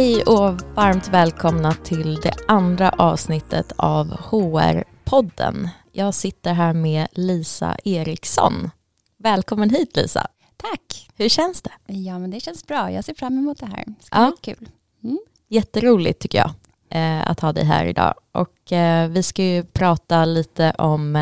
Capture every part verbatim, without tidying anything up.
Hej och varmt välkomna till det andra avsnittet av H R-podden. Jag sitter här med Lisa Eriksson. Välkommen hit, Lisa. Tack. Hur känns det? Ja, men det känns bra. Jag ser fram emot det här. Det ska ja. bli kul. Mm. Jätteroligt tycker jag eh, att ha dig här idag. Och eh, vi ska ju prata lite om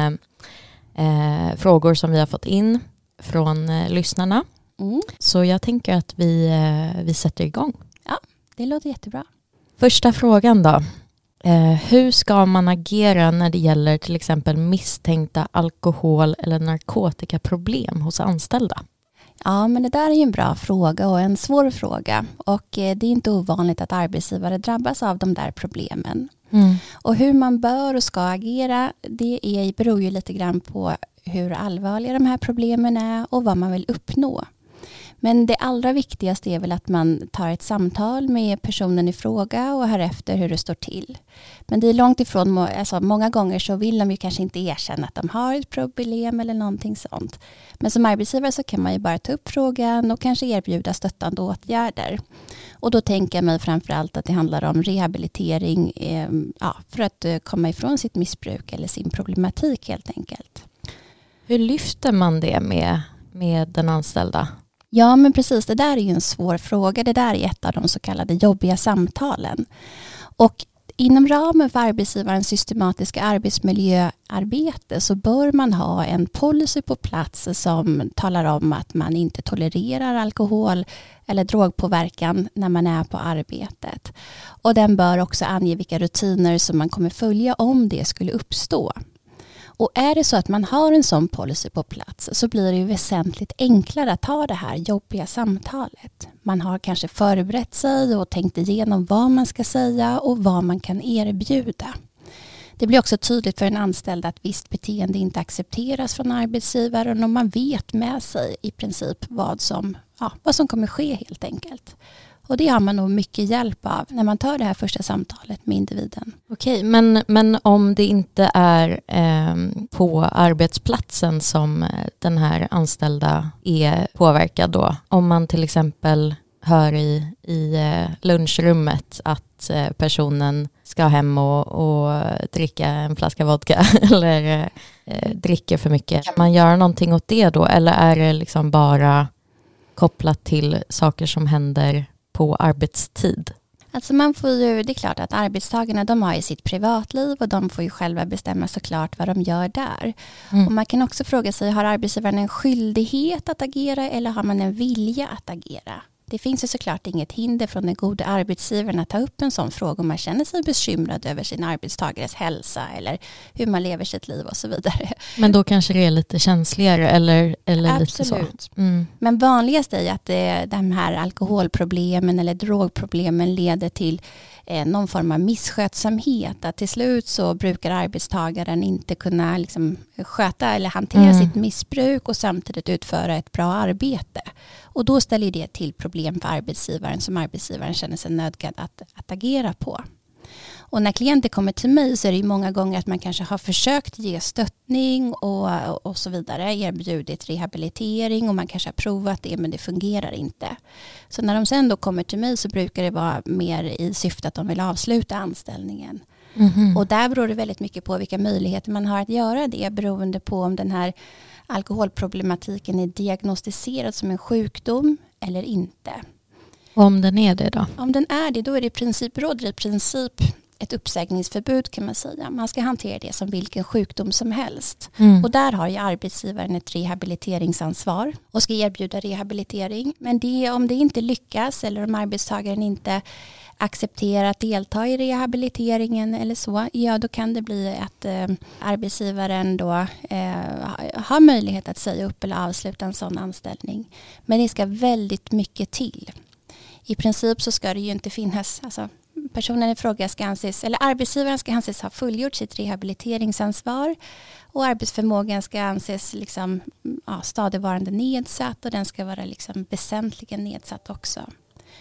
eh, frågor som vi har fått in från eh, lyssnarna. Mm. Så jag tänker att vi, eh, vi sätter igång. Ja, det låter jättebra. Första frågan då. Eh, hur ska man agera när det gäller till exempel misstänkta alkohol- eller narkotikaproblem hos anställda? Ja, men det där är ju en bra fråga och en svår fråga. Och eh, det är inte ovanligt att arbetsgivare drabbas av de där problemen. Mm. Och hur man bör och ska agera, det är, beror ju lite grann på hur allvarliga de här problemen är och vad man vill uppnå. Men det allra viktigaste är väl att man tar ett samtal med personen i fråga och hör efter hur det står till. Men det är långt ifrån, alltså många gånger så vill de ju kanske inte erkänna att de har ett problem eller någonting sånt. Men som arbetsgivare så kan man ju bara ta upp frågan och kanske erbjuda stöttande åtgärder. Och då tänker jag mig framförallt att det handlar om rehabilitering eh, ja, för att komma ifrån sitt missbruk eller sin problematik helt enkelt. Hur lyfter man det med, med den anställda? Ja, men precis. Det där är ju en svår fråga. Det där är ett av de så kallade jobbiga samtalen. Och inom ramen för arbetsgivarens systematiska arbetsmiljöarbete så bör man ha en policy på plats som talar om att man inte tolererar alkohol eller drogpåverkan när man är på arbetet. Och den bör också ange vilka rutiner som man kommer följa om det skulle uppstå. Och är det så att man har en sån policy på plats så blir det ju väsentligt enklare att ta det här jobbiga samtalet. Man har kanske förberett sig och tänkt igenom vad man ska säga och vad man kan erbjuda. Det blir också tydligt för en anställd att visst beteende inte accepteras från arbetsgivaren och man vet med sig i princip vad som, ja, vad som kommer ske helt enkelt. Och det har man nog mycket hjälp av när man tar det här första samtalet med individen. Okej, men, men om det inte är eh, på arbetsplatsen som den här anställda är påverkad då. Om man till exempel hör i, i lunchrummet att personen ska hem och, och dricka en flaska vodka eller eh, dricker för mycket. Kan man göra någonting åt det då? Eller är det liksom bara kopplat till saker som händer på arbetstid? Alltså man får ju, det är klart att arbetstagarna de har ju sitt privatliv och de får ju själva bestämma såklart vad de gör där. Mm. Och man kan också fråga sig, har arbetsgivaren en skyldighet att agera eller har man en vilja att agera? Det finns ju såklart inget hinder från den gode arbetsgivaren att ta upp en sån fråga om man känner sig bekymrad över sin arbetstagares hälsa eller hur man lever sitt liv och så vidare. Men då kanske det är lite känsligare eller, eller lite så. Mm. Men vanligast är att det, de här alkoholproblemen eller drogproblemen leder till eh, någon form av misskötsamhet. Att till slut så brukar arbetstagaren inte kunna liksom, sköta eller hantera mm. sitt missbruk och samtidigt utföra ett bra arbete. Och då ställer det till problem för arbetsgivaren som arbetsgivaren känner sig nödgad att, att agera på. Och när klienter kommer till mig så är det ju många gånger att man kanske har försökt ge stöttning och, och så vidare, erbjudit rehabilitering och man kanske har provat det men det fungerar inte. Så när de sen då kommer till mig så brukar det vara mer i syfte att de vill avsluta anställningen. Mm-hmm. Och där beror det väldigt mycket på vilka möjligheter man har att göra det beroende på om den här alkoholproblematiken är diagnostiserad som en sjukdom eller inte. Och om den är det då? Om den är det, då är det i princip, råder i princip ett uppsägningsförbud kan man säga. Man ska hantera det som vilken sjukdom som helst. Mm. Och där har ju arbetsgivaren ett rehabiliteringsansvar och ska erbjuda rehabilitering. Men det, om det inte lyckas eller om arbetstagaren inte accepterar att delta i rehabiliteringen eller så, ja då kan det bli att eh, arbetsgivaren då eh, har möjlighet att säga upp eller avsluta en sån anställning. Men det ska väldigt mycket till. I princip så ska det ju inte finnas, alltså personen i fråga ska anses, eller arbetsgivaren ska anses ha fullgjort sitt rehabiliteringsansvar och arbetsförmågan ska anses liksom, ja, stadigvarande nedsatt och den ska vara liksom väsentligen nedsatt också.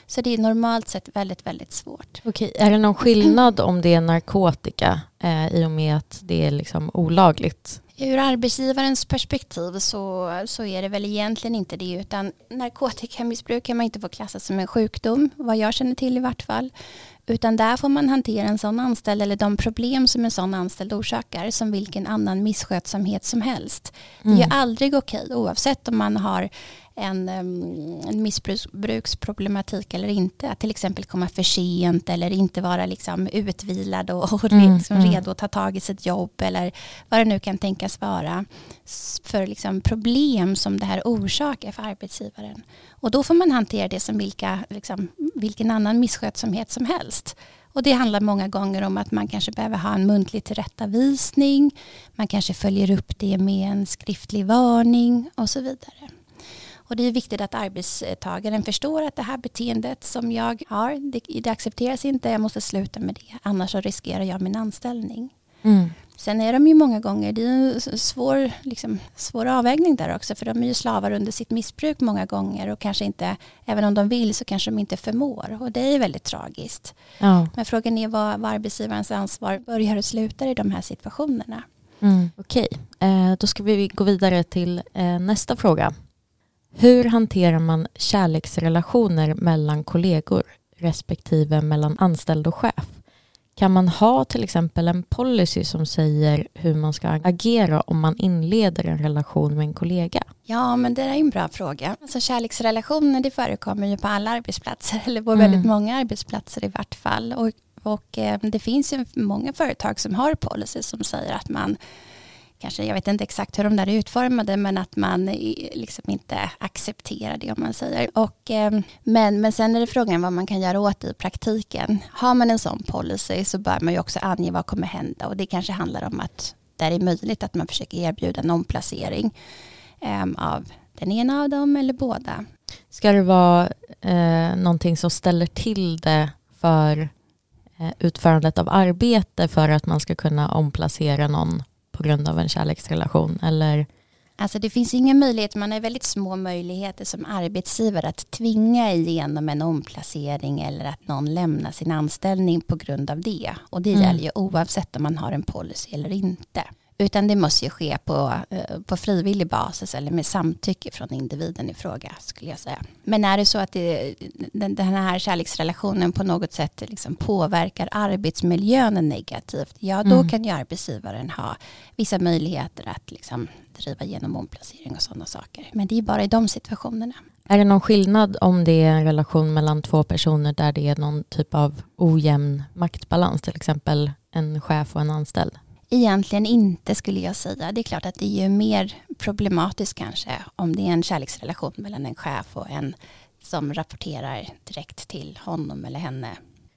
Så det är normalt sett väldigt, väldigt svårt. Okej, är det någon skillnad om det är narkotika eh, i och med att det är liksom olagligt? Ur arbetsgivarens perspektiv så, så är det väl egentligen inte det, utan narkotikamissbruk kan man inte få klassa som en sjukdom, vad jag känner till i vart fall. Utan där får man hantera en sån anställd eller de problem som en sån anställd orsakar som vilken annan misskötsamhet som helst. Mm. Det är ju aldrig okej, oavsett om man har en, en missbruksproblematik eller inte. Att till exempel komma för sent eller inte vara liksom utvilad och, och mm, liksom mm. redo att ta tag i sitt jobb eller vad det nu kan tänkas vara för liksom problem som det här orsakar för arbetsgivaren. Och då får man hantera det som vilka, liksom, vilken annan misskötsamhet som helst. Och det handlar många gånger om att man kanske behöver ha en muntlig tillrättavisning. Man kanske följer upp det med en skriftlig varning och så vidare. Och det är viktigt att arbetstagaren förstår att det här beteendet som jag har, det, det accepteras inte, jag måste sluta med det. Annars så riskerar jag min anställning. Mm. Sen är de ju många gånger, det är en svår, liksom, svår avvägning där också. För de är ju slavar under sitt missbruk många gånger. Och kanske inte, även om de vill så kanske de inte förmår. Och det är väldigt tragiskt. Ja. Men frågan är vad, vad arbetsgivarens ansvar börjar och slutar i de här situationerna. Mm. Okej, eh, då ska vi gå vidare till eh, nästa fråga. Hur hanterar man kärleksrelationer mellan kollegor respektive mellan anställd och chef? Kan man ha till exempel en policy som säger hur man ska agera om man inleder en relation med en kollega? Ja, men det är en bra fråga. Alltså, kärleksrelationer det förekommer ju på alla arbetsplatser eller på mm. väldigt många arbetsplatser i vart fall. Och, och eh, det finns ju många företag som har policy som säger att man kanske, jag vet inte exakt hur de där är utformade, men att man liksom inte accepterar det om man säger. Och, eh, men, men sen är det frågan vad man kan göra åt det i praktiken. Har man en sån policy så bör man ju också ange vad kommer hända. Och det kanske handlar om att det är möjligt att man försöker erbjuda en omplacering eh, av den ena av dem eller båda. Ska det vara eh, någonting som ställer till det för eh, utförandet av arbete för att man ska kunna omplacera någon på grund av en kärleksrelation? Eller? Alltså det finns inga möjligheter, man har väldigt små möjligheter som arbetsgivare att tvinga igenom en omplacering eller att någon lämnar sin anställning på grund av det. Och det mm. gäller ju oavsett om man har en policy eller inte. Utan det måste ju ske på, på frivillig basis eller med samtycke från individen i fråga skulle jag säga. Men är det så att det, den, den här kärleksrelationen på något sätt liksom påverkar arbetsmiljön negativt, ja då mm. kan ju arbetsgivaren ha vissa möjligheter att liksom driva igenom omplacering och sådana saker. Men det är bara i de situationerna. Är det någon skillnad om det är en relation mellan två personer där det är någon typ av ojämn maktbalans, till exempel en chef och en anställd? Egentligen inte skulle jag säga. Det är klart att det är ju mer problematiskt kanske om det är en kärleksrelation mellan en chef och en som rapporterar direkt till honom eller henne.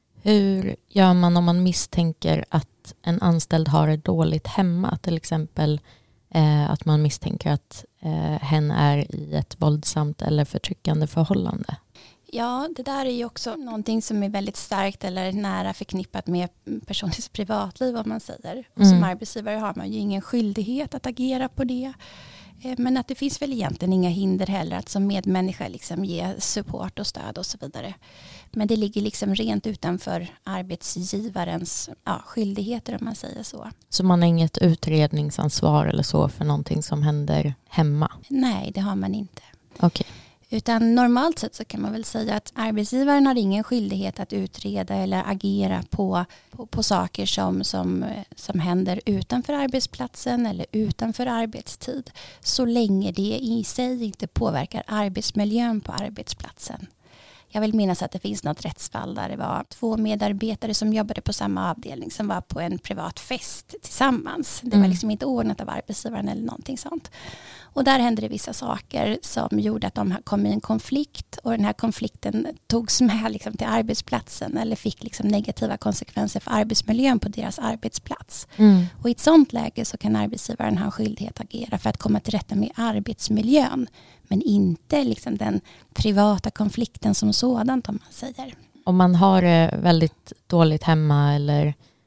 Hur gör man om man misstänker att en anställd har det dåligt hemma? Till exempel eh, att man misstänker att eh, hen är i ett våldsamt eller förtryckande förhållande. Ja, det där är ju också någonting som är väldigt starkt eller nära förknippat med personens privatliv, vad man säger. Och som mm. arbetsgivare har man ju ingen skyldighet att agera på det. Men att det finns väl egentligen inga hinder heller att som medmänniska liksom ge support och stöd och så vidare. Men det ligger liksom rent utanför arbetsgivarens ja, skyldigheter om man säger så. Så man har inget utredningsansvar eller så för någonting som händer hemma? Nej, det har man inte. Okej. Okay. Utan normalt sett så kan man väl säga att arbetsgivaren har ingen skyldighet att utreda eller agera på, på, på saker som, som, som händer utanför arbetsplatsen eller utanför arbetstid. Så länge det i sig inte påverkar arbetsmiljön på arbetsplatsen. Jag vill minnas att det finns något rättsfall där det var två medarbetare som jobbade på samma avdelning som var på en privat fest tillsammans. Det var mm. liksom inte ordnat av arbetsgivaren eller någonting sånt. Och där hände det vissa saker som gjorde att de kom i en konflikt och den här konflikten togs med liksom till arbetsplatsen eller fick liksom negativa konsekvenser för arbetsmiljön på deras arbetsplats. Mm. Och i ett sånt läge så kan arbetsgivaren ha en skyldighet att agera för att komma till rätta med arbetsmiljön. Men inte liksom den privata konflikten som sådant om man säger. Om man har det väldigt dåligt hemma eller,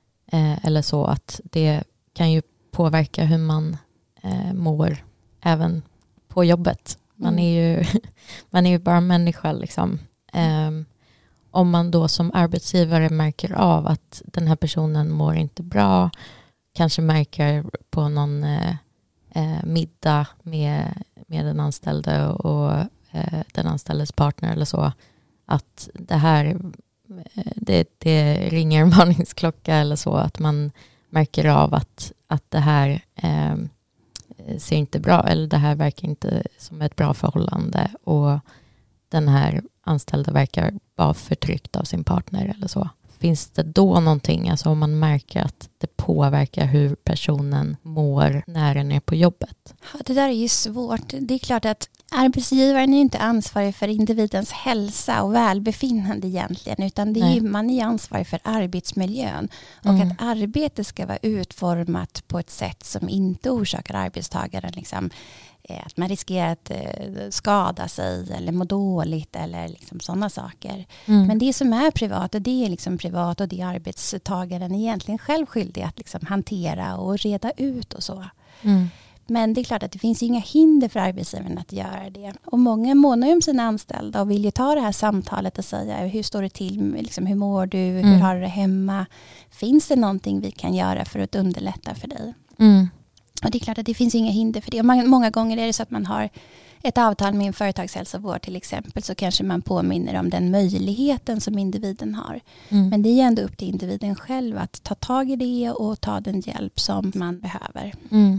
eh, eller så att det kan ju påverka hur man eh, mår även på jobbet. Man är ju, man är ju bara människa liksom. Um, om man då som arbetsgivare märker av att den här personen mår inte bra, kanske märker på någon eh, eh, middag med, med den anställde och eh, den anställdes partner eller så, att det här det, det ringer en varningsklocka eller så, att man märker av att, att det här eh, ser inte bra, eller det här verkar inte som ett bra förhållande och den här anställda verkar vara förtryckt av sin partner eller så. Finns det då någonting, alltså om man märker att det påverkar hur personen mår när den är på jobbet? Ja, det där är ju svårt. Det är klart att arbetsgivaren är inte ansvarig för individens hälsa och välbefinnande egentligen, utan det är ju, man är ansvarig för arbetsmiljön och mm. att arbetet ska vara utformat på ett sätt som inte orsakar arbetstagaren liksom, att man riskerar att skada sig eller må dåligt eller liksom sådana saker. Mm. Men det som är privat, det är liksom privat och det är arbetstagaren egentligen själv skyldig att liksom hantera och reda ut och så. Mm. Men det är klart att det finns inga hinder för arbetsgivaren att göra det. Och många månar ju om sina anställda och vill ju ta det här samtalet och säga hur står det till, liksom, hur mår du, hur mm. har du det hemma? Finns det någonting vi kan göra för att underlätta för dig? Mm. Och det är klart att det finns inga hinder för det. Och man, många gånger är det så att man har ett avtal med en företagshälsovård till exempel, så kanske man påminner om den möjligheten som individen har. Mm. Men det är ändå upp till individen själv att ta tag i det och ta den hjälp som man behöver. Mm.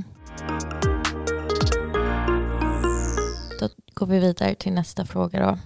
Då går vi vidare till nästa fråga då.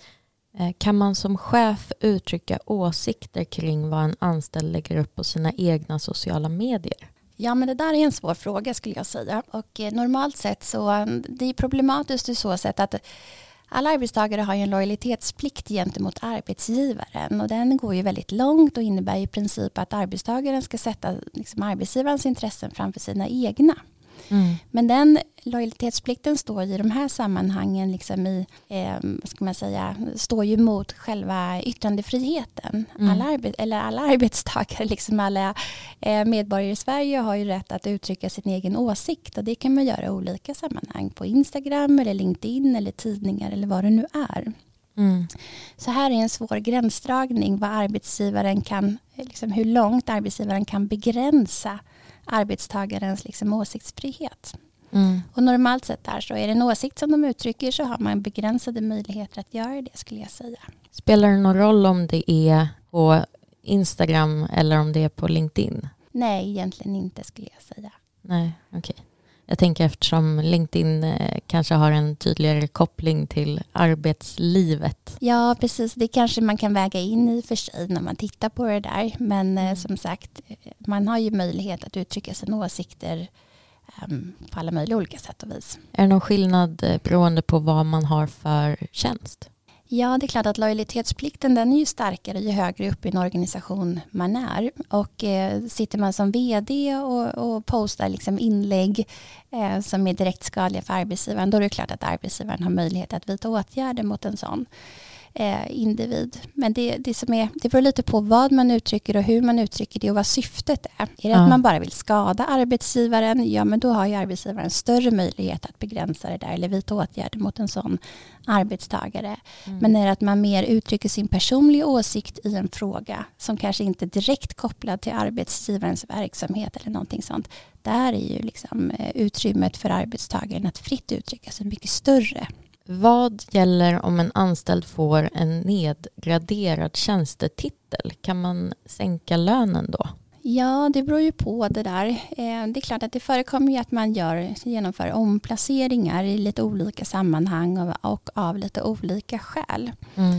Kan man som chef uttrycka åsikter kring vad en anställd lägger upp på sina egna sociala medier? Ja, men det där är en svår fråga skulle jag säga. Och eh, normalt sett så det är problematiskt i så sätt att alla arbetstagare har ju en lojalitetsplikt gentemot arbetsgivaren, och den går ju väldigt långt och innebär i princip att arbetstagaren ska sätta liksom, arbetsgivarens intressen framför sina egna. Mm. Men den lojalitetsplikten står i de här sammanhangen liksom i, eh, vad ska man säga, står ju mot själva yttrandefriheten. Mm. Alla, arbet, eller alla arbetstagare, liksom alla eh, medborgare i Sverige har ju rätt att uttrycka sin egen åsikt, och det kan man göra i olika sammanhang, på Instagram eller LinkedIn eller tidningar eller vad det nu är. Mm. Så här är en svår gränsdragning vad arbetsgivaren kan, liksom hur långt arbetsgivaren kan begränsa arbetstagarens liksom åsiktsfrihet. Mm. Och normalt sett där så är det en åsikt som de uttrycker, så har man begränsade möjligheter att göra det, skulle jag säga. Spelar det någon roll om det är på Instagram eller om det är på LinkedIn? Nej, egentligen inte, skulle jag säga. Nej, okej. Okay. Jag tänker eftersom LinkedIn eh, kanske har en tydligare koppling till arbetslivet. Ja, precis. Det kanske man kan väga in i för sig när man tittar på det där. Men eh, som sagt, man har ju möjlighet att uttrycka sina åsikter eh, på alla möjliga olika sätt och vis. Är det någon skillnad eh, beroende på vad man har för tjänst? Ja, det är klart att lojalitetsplikten, den är ju starkare ju högre upp i en organisation man är. Och eh, sitter man som vd och, och postar liksom inlägg eh, som är direkt skadliga för arbetsgivaren, då är det klart att arbetsgivaren har möjlighet att vidta åtgärder mot en sån eh, individ. Men det, det, som är, det beror lite på vad man uttrycker och hur man uttrycker det och vad syftet är. Är det ja. att man bara vill skada arbetsgivaren, ja men då har ju arbetsgivaren större möjlighet att begränsa det där eller vidta åtgärder mot en sån arbetstagare. Mm. Men är det att man mer uttrycker sin personliga åsikt i en fråga som kanske inte är direkt kopplad till arbetsgivarens verksamhet eller någonting sånt, där är ju liksom utrymmet för arbetstagaren att fritt uttrycka sig mycket större. Vad gäller om en anställd får en nedgraderad tjänstetitel? Kan man sänka lönen då? Ja, det beror ju på det där. Det är klart att det förekommer ju att man gör, genomför omplaceringar i lite olika sammanhang och av lite olika skäl. Mm.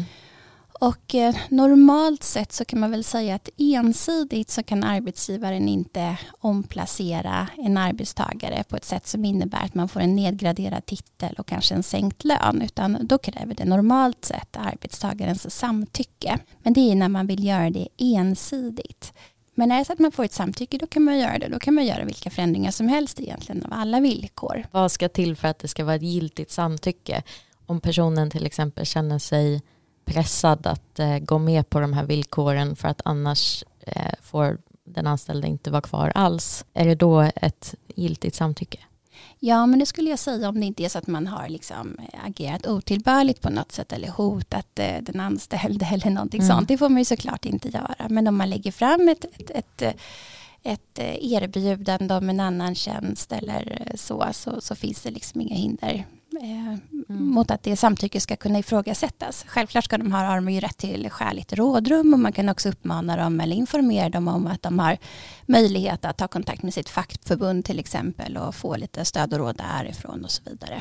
Och eh, normalt sett så kan man väl säga att ensidigt så kan arbetsgivaren inte omplacera en arbetstagare på ett sätt som innebär att man får en nedgraderad titel och kanske en sänkt lön, utan då kräver det normalt sett arbetstagarens samtycke. Men det är när man vill göra det ensidigt. Men är det så att man får ett samtycke, då kan man göra det. Då kan man göra vilka förändringar som helst egentligen av alla villkor. Vad ska till för att det ska vara ett giltigt samtycke? Om personen till exempel känner sig pressad att eh, gå med på de här villkoren för att annars eh, får den anställda inte vara kvar alls. Är det då ett giltigt samtycke? Ja, men det skulle jag säga om det inte är så att man har liksom agerat otillbörligt på något sätt eller hotat eh, den anställde eller någonting mm. sånt. Det får man ju såklart inte göra. Men om man lägger fram ett, ett, ett, ett erbjudande om en annan tjänst eller så, så, så finns det liksom inga hinder eh, mm. mot att det samtycke ska kunna ifrågasättas. Självklart ska de ha, har de ju rätt till skäligt rådrum och man kan också uppmana dem eller informera dem om att de har möjlighet att ta kontakt med sitt fackförbund till exempel och få lite stöd och råd därifrån och så vidare.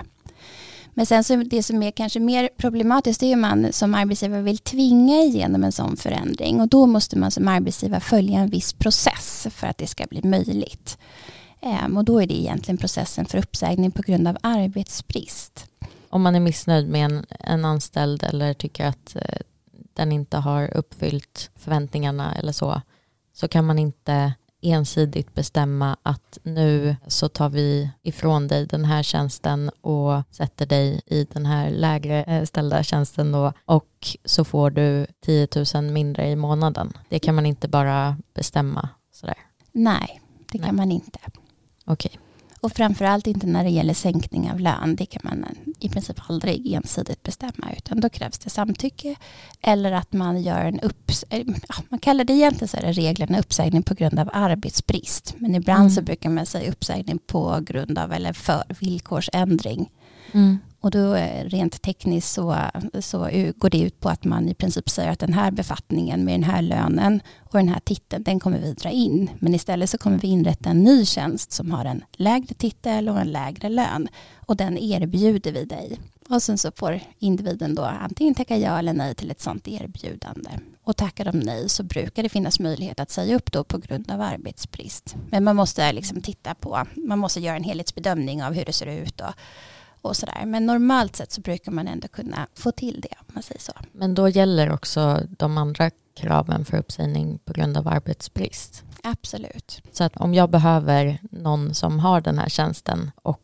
Men sen så det som är kanske mer problematiskt är ju man som arbetsgivare vill tvinga igenom en sån förändring och då måste man som arbetsgivare följa en viss process för att det ska bli möjligt. Um, och då är det egentligen processen för uppsägning på grund av arbetsbrist. Om man är missnöjd med en, en anställd eller tycker att eh, den inte har uppfyllt förväntningarna eller så, så kan man inte ensidigt bestämma att nu så tar vi ifrån dig den här tjänsten och sätter dig i den här lägre ställda tjänsten då, och så får du tio tusen mindre i månaden. Det kan man inte bara bestämma sådär. Nej, det kan Nej. man inte. Okej. Okay. Och framförallt inte när det gäller sänkning av lön. Det kan man i princip aldrig ensidigt bestämma. Utan då krävs det samtycke. Eller att man gör en upps... Ja, man kallar det egentligen så är det reglerna uppsägning på grund av arbetsbrist. Men ibland mm. så brukar man säga uppsägning på grund av eller för villkorsändring. Mm. Och då rent tekniskt så, så går det ut på att man i princip säger att den här befattningen med den här lönen och den här titeln, den kommer vi dra in. Men istället så kommer vi inrätta en ny tjänst som har en lägre titel och en lägre lön. Och den erbjuder vi dig. Och sen så får individen då antingen tacka ja eller nej till ett sånt erbjudande. Och tackar de nej så brukar det finnas möjlighet att säga upp då på grund av arbetsbrist. Men man måste liksom titta på, man måste göra en helhetsbedömning av hur det ser ut och Och sådär. Men normalt sett så brukar man ändå kunna få till det, om man säger så. Men då gäller också de andra kraven för uppsägning på grund av arbetsbrist? Absolut. Så att om jag behöver någon som har den här tjänsten och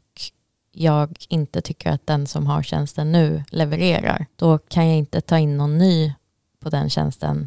jag inte tycker att den som har tjänsten nu levererar, då kan jag inte ta in någon ny på den tjänsten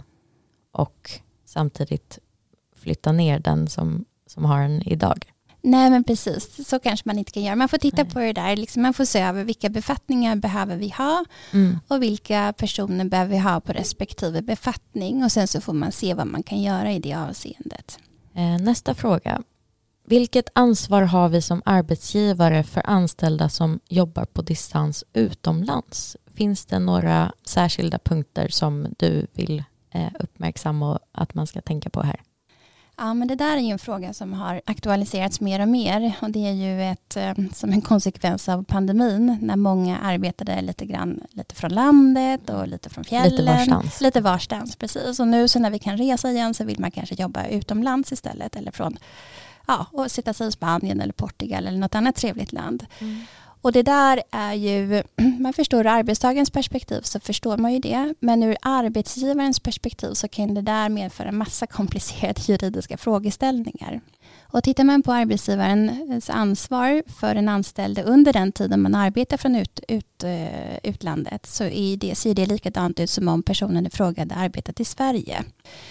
och samtidigt flytta ner den som, som har den idag. Nej, men precis. Så kanske man inte kan göra. Man får titta Nej. på det där. Liksom man får se över vilka befattningar behöver vi ha mm. och vilka personer behöver vi ha på respektive befattning. Och sen så får man se vad man kan göra i det avseendet. Eh, nästa fråga. Vilket ansvar har vi som arbetsgivare för anställda som jobbar på distans utomlands? Finns det några särskilda punkter som du vill eh, uppmärksamma att man ska tänka på här? Ja, men det där är ju en fråga som har aktualiserats mer och mer och det är ju ett, som en konsekvens av pandemin när många arbetade lite grann lite från landet och lite från fjällen. Lite varstans. Lite varstans, precis. Och nu så när vi kan resa igen så vill man kanske jobba utomlands istället eller från, ja, och sitta sig i Spanien eller Portugal eller något annat trevligt land. Mm. Och det där är ju, man förstår ur arbetstagarens perspektiv så förstår man ju det. Men ur arbetsgivarens perspektiv så kan det där medföra en massa komplicerade juridiska frågeställningar. Och tittar man på arbetsgivarens ansvar för en anställd under den tiden man arbetar från ut, ut, utlandet så är det, ser det likadant ut som om personen i fråga hade arbetat i Sverige.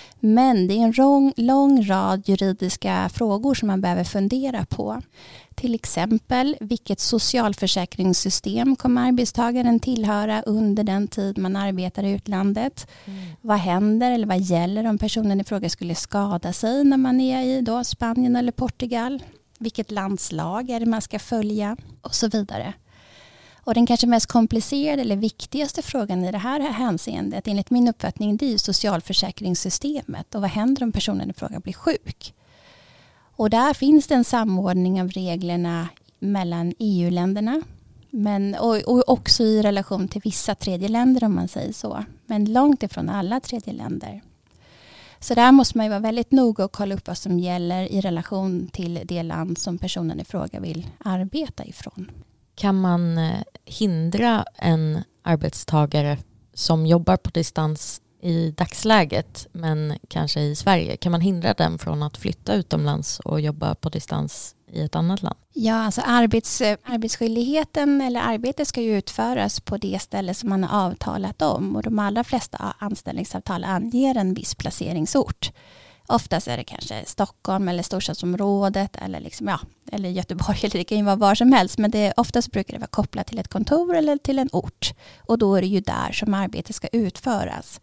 Men det är en lång, lång rad juridiska frågor som man behöver fundera på. Till exempel, vilket socialförsäkringssystem kommer arbetstagaren tillhöra under den tid man arbetar i utlandet? Mm. Vad händer eller vad gäller om personen i fråga skulle skada sig när man är i då Spanien eller Portugal? Vilket landslag är det man ska följa? Och så vidare. Och den kanske mest komplicerade eller viktigaste frågan i det här hänseendet enligt min uppfattning det är socialförsäkringssystemet och vad händer om personen i fråga blir sjuk? Och där finns det en samordning av reglerna mellan E U-länderna men, och, och också i relation till vissa tredje länder om man säger så. Men långt ifrån alla tredje länder. Så där måste man ju vara väldigt noga och kolla upp vad som gäller i relation till det land som personen i fråga vill arbeta ifrån. Kan man hindra en arbetstagare som jobbar på distans i dagsläget men kanske i Sverige? Kan man hindra den från att flytta utomlands och jobba på distans i ett annat land? Ja, alltså arbets, arbetsskyldigheten eller arbetet ska ju utföras på det ställe som man har avtalat om och de allra flesta anställningsavtal anger en viss placeringsort. Oftast är det kanske Stockholm eller storstadsområdet eller, liksom, ja, eller Göteborg, eller det kan ju vara var som helst, men det, oftast brukar det vara kopplat till ett kontor eller till en ort, och då är det ju där som arbetet ska utföras.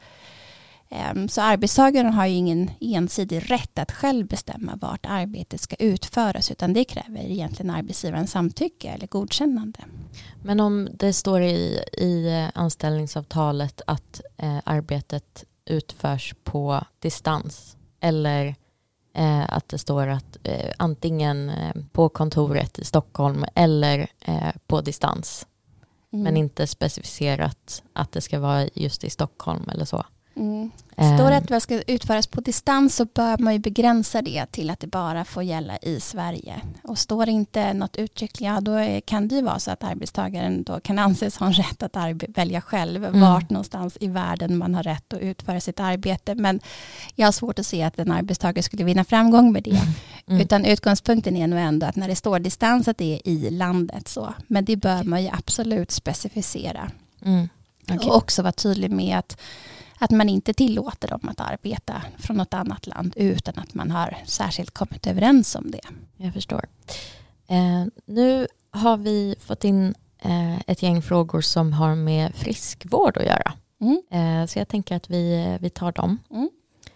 Så arbetstagaren har ju ingen ensidig rätt att själv bestämma vart arbetet ska utföras, utan det kräver egentligen arbetsgivarens samtycke eller godkännande. Men om det står i, i anställningsavtalet att eh, arbetet utförs på distans, eller eh, att det står att eh, antingen eh, på kontoret i Stockholm eller eh, på distans, mm. men inte specificerat att det ska vara just i Stockholm eller så. Mm. Står det att det ska utföras på distans, så bör man ju begränsa det till att det bara får gälla i Sverige. Och står det inte något uttryckligt, ja, då är, kan det ju vara så att arbetstagaren då kan anses ha en rätt att arbe- välja själv mm. vart någonstans i världen man har rätt att utföra sitt arbete. Men jag har svårt att se att en arbetstagare skulle vinna framgång med det. Mm. Utan utgångspunkten är nog ändå att när det står distans att det är i landet. Så. Men det bör man ju absolut specificera. Mm. Okay. Och också vara tydlig med att Att man inte tillåter dem att arbeta från något annat land utan att man har särskilt kommit överens om det. Jag förstår. Eh, nu har vi fått in eh, ett gäng frågor som har med friskvård att göra. Mm. Eh, så jag tänker att vi, vi tar dem. Mm.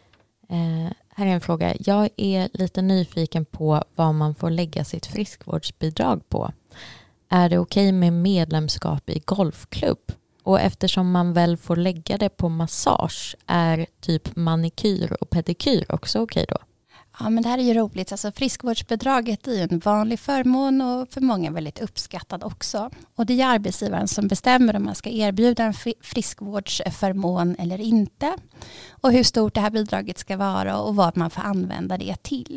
Eh, här är en fråga. Jag är lite nyfiken på vad man får lägga sitt friskvårdsbidrag på. Är det okej med medlemskap i golfklubb? Och eftersom man väl får lägga det på massage, är typ manikyr och pedikyr också okej då? Ja, men det här är ju roligt. Alltså, friskvårdsbidraget är ju en vanlig förmån och för många väldigt uppskattad också. Och det är arbetsgivaren som bestämmer om man ska erbjuda en friskvårdsförmån eller inte. Och hur stort det här bidraget ska vara och vad man får använda det till.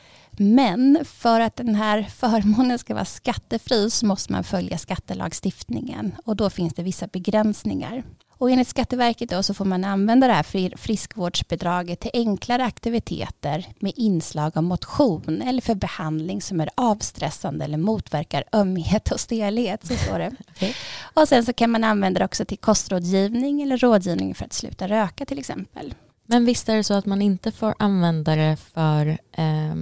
Men för att den här förmånen ska vara skattefri så måste man följa skattelagstiftningen, och då finns det vissa begränsningar. Och enligt Skatteverket då så får man använda det här friskvårdsbidraget till enklare aktiviteter med inslag av motion eller för behandling som är avstressande eller motverkar ömhet och stelhet, så står det. Okay. Och sen så kan man använda det också till kostrådgivning eller rådgivning för att sluta röka till exempel. Men visst är det så att man inte får använda det för eh,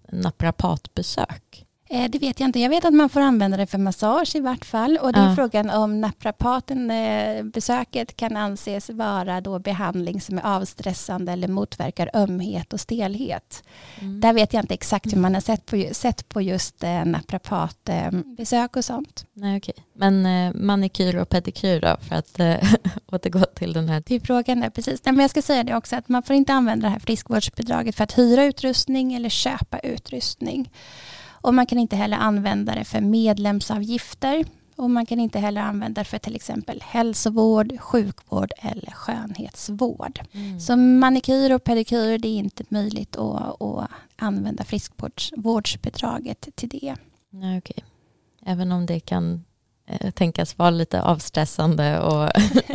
naprapatbesök? Eh, det vet jag inte. Jag vet att man får använda det för massage i vart fall. Och det är ja. frågan om naprapaten eh, besöket kan anses vara då behandling som är avstressande eller motverkar ömhet och stelhet. Mm. Där vet jag inte exakt hur man har sett på, sett på just eh, naprapatbesök eh, och sånt. Nej, okej. Men eh, manikyr och pedikyr då, för att eh, återgå till den här. Till frågan där, precis. Nej, men jag ska säga det också att man får inte använda det här friskvårdsbidraget för att hyra utrustning eller köpa utrustning. Och man kan inte heller använda det för medlemsavgifter. Och man kan inte heller använda det för till exempel hälsovård, sjukvård eller skönhetsvård. Mm. Så manikyr och pedikyr, det är inte möjligt att, att använda friskvårdsbidraget till det. Nej, okej. Även om det kan eh, tänkas vara lite avstressande och...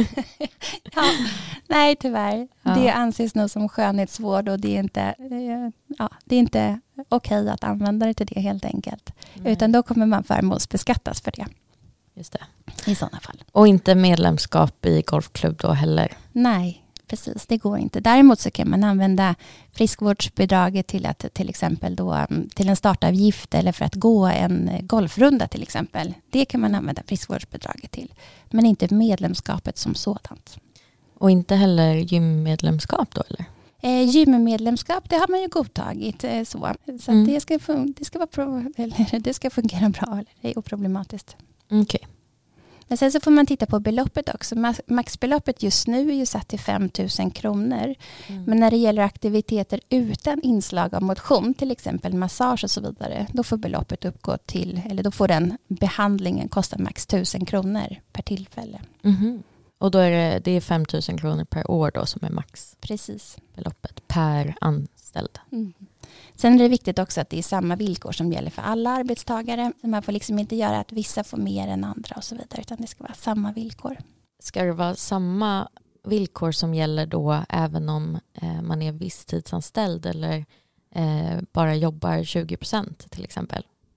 ja, nej, tyvärr. Ja. Det anses nog som skönhetsvård och det är inte, ja, det är inte okej att använda det till det helt enkelt. Nej. Utan då kommer man förmånsbeskattas för det. Just det. I sådana fall. Och inte medlemskap i golfklubb då heller? Nej, precis. Det går inte. Däremot så kan man använda friskvårdsbidraget till att till exempel då till en startavgift eller för att gå en golfrunda till exempel. Det kan man använda friskvårdsbidraget till. Men inte medlemskapet som sådant. Och inte heller gymmedlemskap då eller? Eh, gymmedlemskap, det har man ju godtagit eh, så. Så mm. det, ska fun- det, ska vara pro- eller, det ska fungera bra. Eller, det är oproblematiskt. Okej. Okay. Men sen så får man titta på beloppet också. Maxbeloppet just nu är ju satt till fem tusen kronor. Mm. Men när det gäller aktiviteter utan inslag av motion, till exempel massage och så vidare, då får beloppet uppgå till, eller då får den behandlingen kosta max tusen kronor per tillfälle. Mm-hmm. Och då är det, det är fem tusen kronor per år då som är max. Precis. Beloppet per anställd. Mm. Sen är det viktigt också att det är samma villkor som gäller för alla arbetstagare. Man får liksom inte göra att vissa får mer än andra och så vidare, utan det ska vara samma villkor. Ska det vara samma villkor som gäller då även om eh, man är visstidsanställd eller eh, bara jobbar tjugo procent till exempel?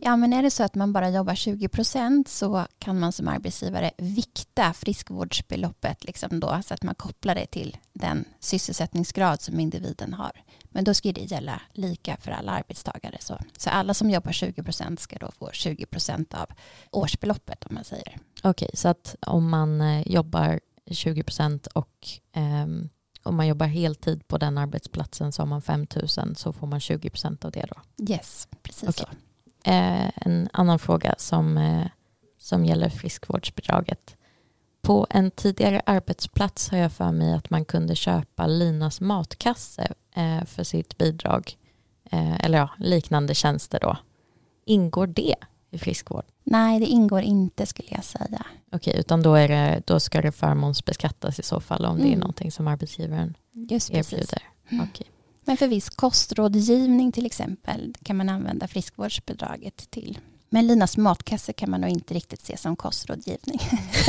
Ja, men är det så att man bara jobbar tjugo procent så kan man som arbetsgivare vikta friskvårdsbeloppet liksom då, så att man kopplar det till den sysselsättningsgrad som individen har. Men då ska det gälla lika för alla arbetstagare. Så, så alla som jobbar tjugo procent ska då få tjugo procent av årsbeloppet, om man säger. Okej, så att om man eh, jobbar tjugo procent och eh, om man jobbar heltid på den arbetsplatsen så har man fem tusen, så får man tjugo procent av det då? Yes, precis okay. så. Eh, en annan fråga som, eh, som gäller friskvårdsbidraget. På en tidigare arbetsplats har jag för mig att man kunde köpa Linas matkasse eh, för sitt bidrag. Eh, eller ja, liknande tjänster då. Ingår det i friskvård? Nej, det ingår inte, skulle jag säga. Okej, utan då, är det, då ska det förmånsbeskattas i så fall om mm. det är någonting som arbetsgivaren Just erbjuder. Mm. Okej. Men för viss kostrådgivning till exempel kan man använda friskvårdsbidraget till. Men Linas matkasse kan man nog inte riktigt se som kostrådgivning.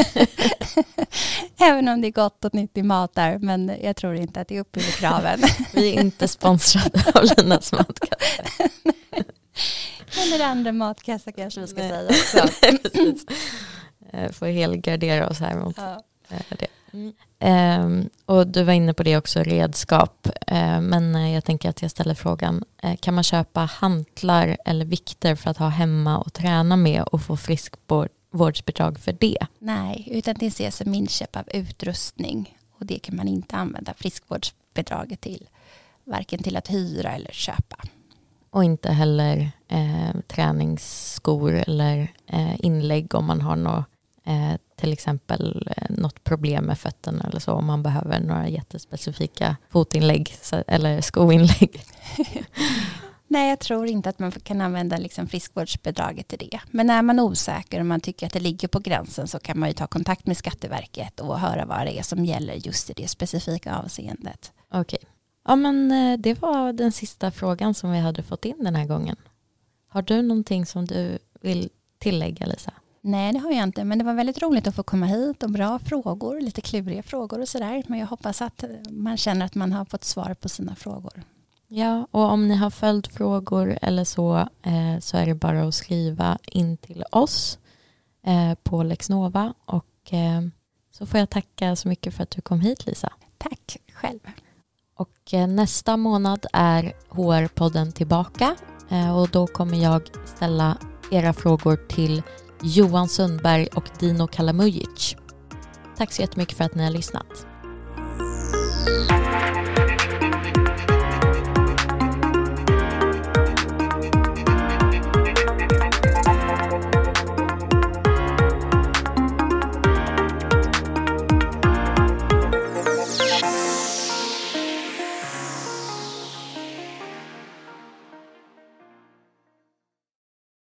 Även om det är gott och nyttig mat där, men jag tror inte att det uppfyller kraven. Vi är inte sponsrade av Linas matkasse. Eller andra matkassar kanske vi ska Nej. säga också. Precis. Får helgardera oss här mot ja. det. Mm. Um, och du var inne på det också, redskap. Uh, men uh, jag tänker att jag ställer frågan. Uh, kan man köpa hantlar eller vikter för att ha hemma och träna med och få friskvårdsbidrag för det? Nej, utan det ses som inköp av utrustning. Och det kan man inte använda friskvårdsbidraget till. Varken till att hyra eller köpa. Och inte heller eh, träningsskor eller eh, inlägg om man har något, eh, till exempel eh, något problem med fötterna eller så, om man behöver några jättespecifika fotinlägg så, eller skoinlägg. Nej, jag tror inte att man kan använda liksom friskvårdsbidraget till det. Men är man osäker och man tycker att det ligger på gränsen så kan man ju ta kontakt med Skatteverket och höra vad det är som gäller just i det specifika avseendet. Okej. Ja, men det var den sista frågan som vi hade fått in den här gången. Har du någonting som du vill tillägga, Lisa? Nej, det har jag inte. Men det var väldigt roligt att få komma hit och bra frågor, lite kluriga frågor och sådär. Men jag hoppas att man känner att man har fått svar på sina frågor. Ja, och om ni har följt frågor eller så eh, så är det bara att skriva in till oss eh, på Lexnova. Och eh, så får jag tacka så mycket för att du kom hit, Lisa. Tack själv. Och nästa månad är H R-podden tillbaka och då kommer jag ställa era frågor till Johan Sundberg och Dino Kalamujic. Tack så jättemycket för att ni har lyssnat.